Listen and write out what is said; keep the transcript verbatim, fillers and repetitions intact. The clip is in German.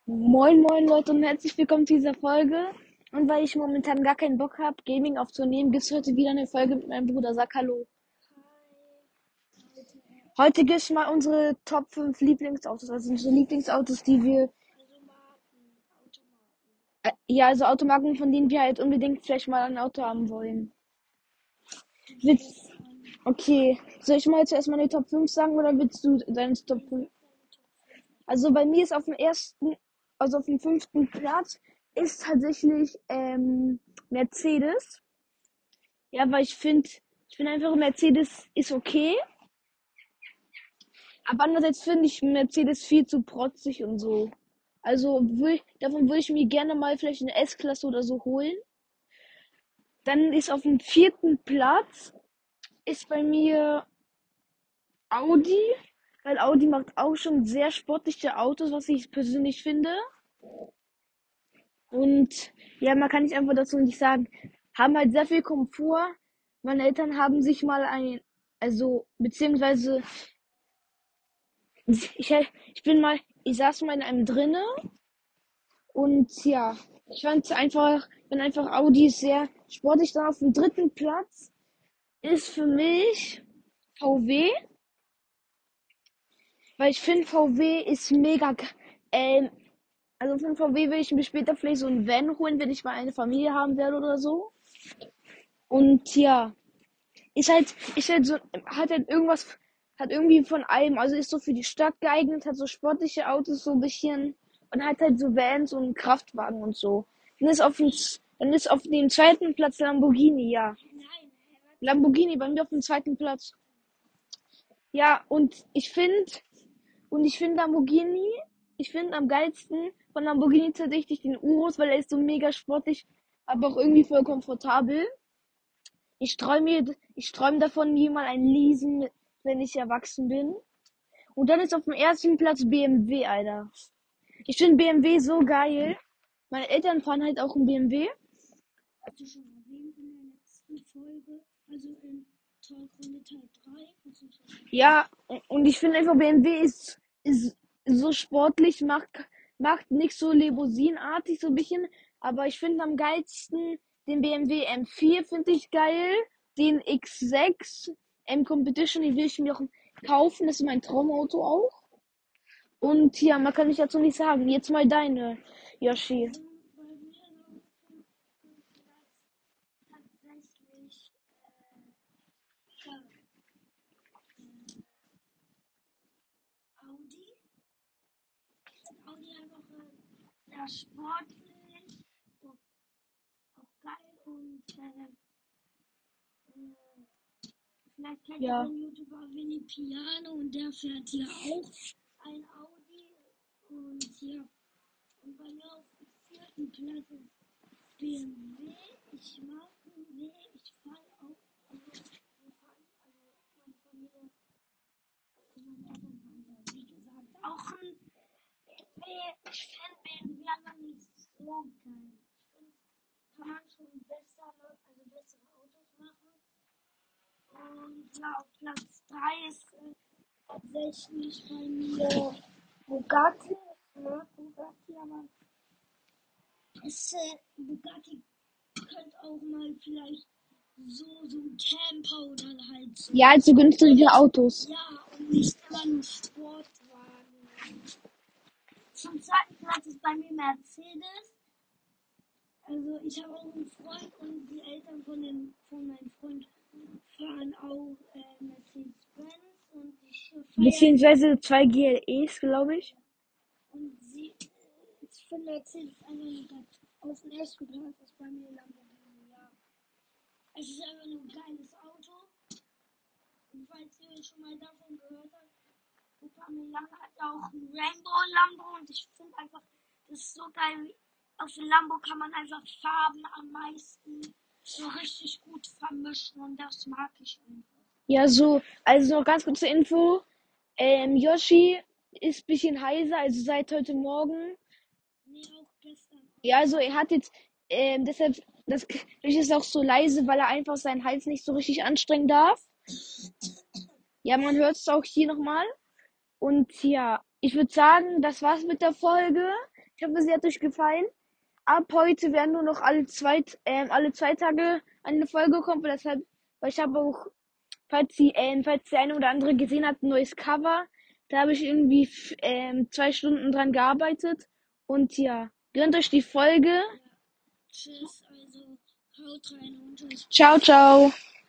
Moin moin Leute und herzlich willkommen zu dieser Folge. Und weil ich momentan gar keinen Bock habe, Gaming aufzunehmen, gibt es heute wieder eine Folge mit meinem Bruder. Sag Hallo. Heute gibt es mal unsere Top fünf Lieblingsautos, also unsere Lieblingsautos, die wir, äh, ja, also Automarken, von denen wir halt unbedingt vielleicht mal ein Auto haben wollen. Willst, okay, soll ich mal jetzt erstmal die Top fünf sagen oder willst du deine Top fünf? Also bei mir ist auf dem ersten, also auf dem fünften Platz ist tatsächlich ähm, Mercedes. Ja, weil ich finde, ich finde einfach, Mercedes ist okay. Aber andererseits finde ich Mercedes viel zu protzig und so. Also will, davon würde ich mir gerne mal vielleicht eine S-Klasse oder so holen. Dann ist auf dem vierten Platz ist bei mir Audi, weil Audi macht auch schon sehr sportliche Autos, was ich persönlich finde. Und ja, man kann nicht einfach dazu nicht sagen, haben halt sehr viel Komfort. Meine Eltern haben sich mal ein, also beziehungsweise ich, ich bin mal, ich saß mal in einem drinne und ja, ich fand einfach, wenn einfach Audi ist sehr sportlich. Dann auf dem dritten Platz ist für mich V W, weil ich finde V W ist mega, ge- ähm, also von V W will ich mir später vielleicht so ein Van holen, wenn ich mal eine Familie haben werde oder so. Und ja, ist halt, ist halt so, hat halt irgendwas, hat irgendwie von allem, also ist so für die Stadt geeignet, hat so sportliche Autos so ein bisschen und hat halt so Vans und Kraftwagen und so. Dann ist auf dem, dann ist auf dem zweiten Platz Lamborghini, ja. Lamborghini bei mir auf dem zweiten Platz. Ja, und ich finde, und ich finde Lamborghini, ich finde am geilsten von Lamborghini tatsächlich den Urus, weil er ist so mega sportlich, aber auch irgendwie voll komfortabel. Ich träume, ich träume davon, mir mal ein leasen, wenn ich erwachsen bin. Und dann ist auf dem ersten Platz B M W, Alter. Ich finde B M W so geil. Meine Eltern fahren halt auch ein B M W. Hast du schon erwähnt in der letzten Folge, also in Talkrunde Teil drei. Ja, und ich finde einfach, B M W ist, ist so sportlich, macht, macht nicht so Limousinenartig so ein bisschen. Aber ich finde am geilsten den B M W M vier finde ich geil. Den X sechs M Competition, den will ich mir auch kaufen. Das ist mein Traumauto auch. Und ja, man kann nicht dazu nicht sagen. Jetzt mal deine, Yoshi. Also bei mir so tatsächlich äh, ja, Audi. Audi einfach äh, sehr sportlich, auch, auch geil und äh, äh, vielleicht kennt ihr Ja. den YouTuber Vinny Piano und der fährt hier auch ein Audi und ja, und bei mir auf dem vierten Platz ist B M W. Ich mag B M W, ich fahre auch, also wir fahren, also meine Familie, also meine Eltern fahren da, wie gesagt, auch ein B M W. Ich finde B M W aber nicht so geil. Ich finde, kann man schon bessere, also bessere Autos machen. Und ja, auf Platz drei ist äh, tatsächlich bei mir Bugatti. Ich mag Bugatti, aber es, äh, Bugatti könnte auch mal vielleicht so, so ein Camper oder halt so. Ja, also günstige Autos. Ja, und nicht immer ein Sportwagen. Zum zweiten Platz ist bei mir Mercedes. Also ich habe auch einen Freund und die Eltern von, dem, von meinem Freund fahren auch äh, Mercedes-Benz und ich äh, feiere Beziehungsweise zwei G L Es, glaube ich. und sie, äh, ich finde Mercedes einfach nur geil. Auf dem ersten Platz ist bei mir Lamborghini, ja. Es ist einfach nur ein geiles Auto. Und falls ihr schon mal davon gehört habt, Opa Milana hat ja auch ein Rainbow Lambo und ich finde einfach, das ist so geil. Auf dem Lambo kann man einfach Farben am meisten so richtig gut vermischen und das mag ich einfach. Ja, so, also noch ganz kurze Info. Ähm, Yoshi ist ein bisschen heiser, also seit heute Morgen. Nee, auch gestern Ja, auch. also er hat jetzt, ähm, deshalb, das Yoshi ist auch so leise, weil er einfach seinen Hals nicht so richtig anstrengen darf. Ja, man hört es auch hier nochmal. Und ja, ich würde sagen, das war's mit der Folge. Ich hoffe, sie hat euch gefallen. Ab heute werden nur noch alle zwei, ähm, alle zwei Tage eine Folge kommen. Deshalb, weil ich habe auch, falls sie, ähm, falls der eine oder andere gesehen hat, ein neues Cover. Da habe ich irgendwie f- ähm, zwei Stunden dran gearbeitet. Und ja, gönnt euch die Folge. Ja. Tschüss, also haut rein und euch. Ciao, ciao.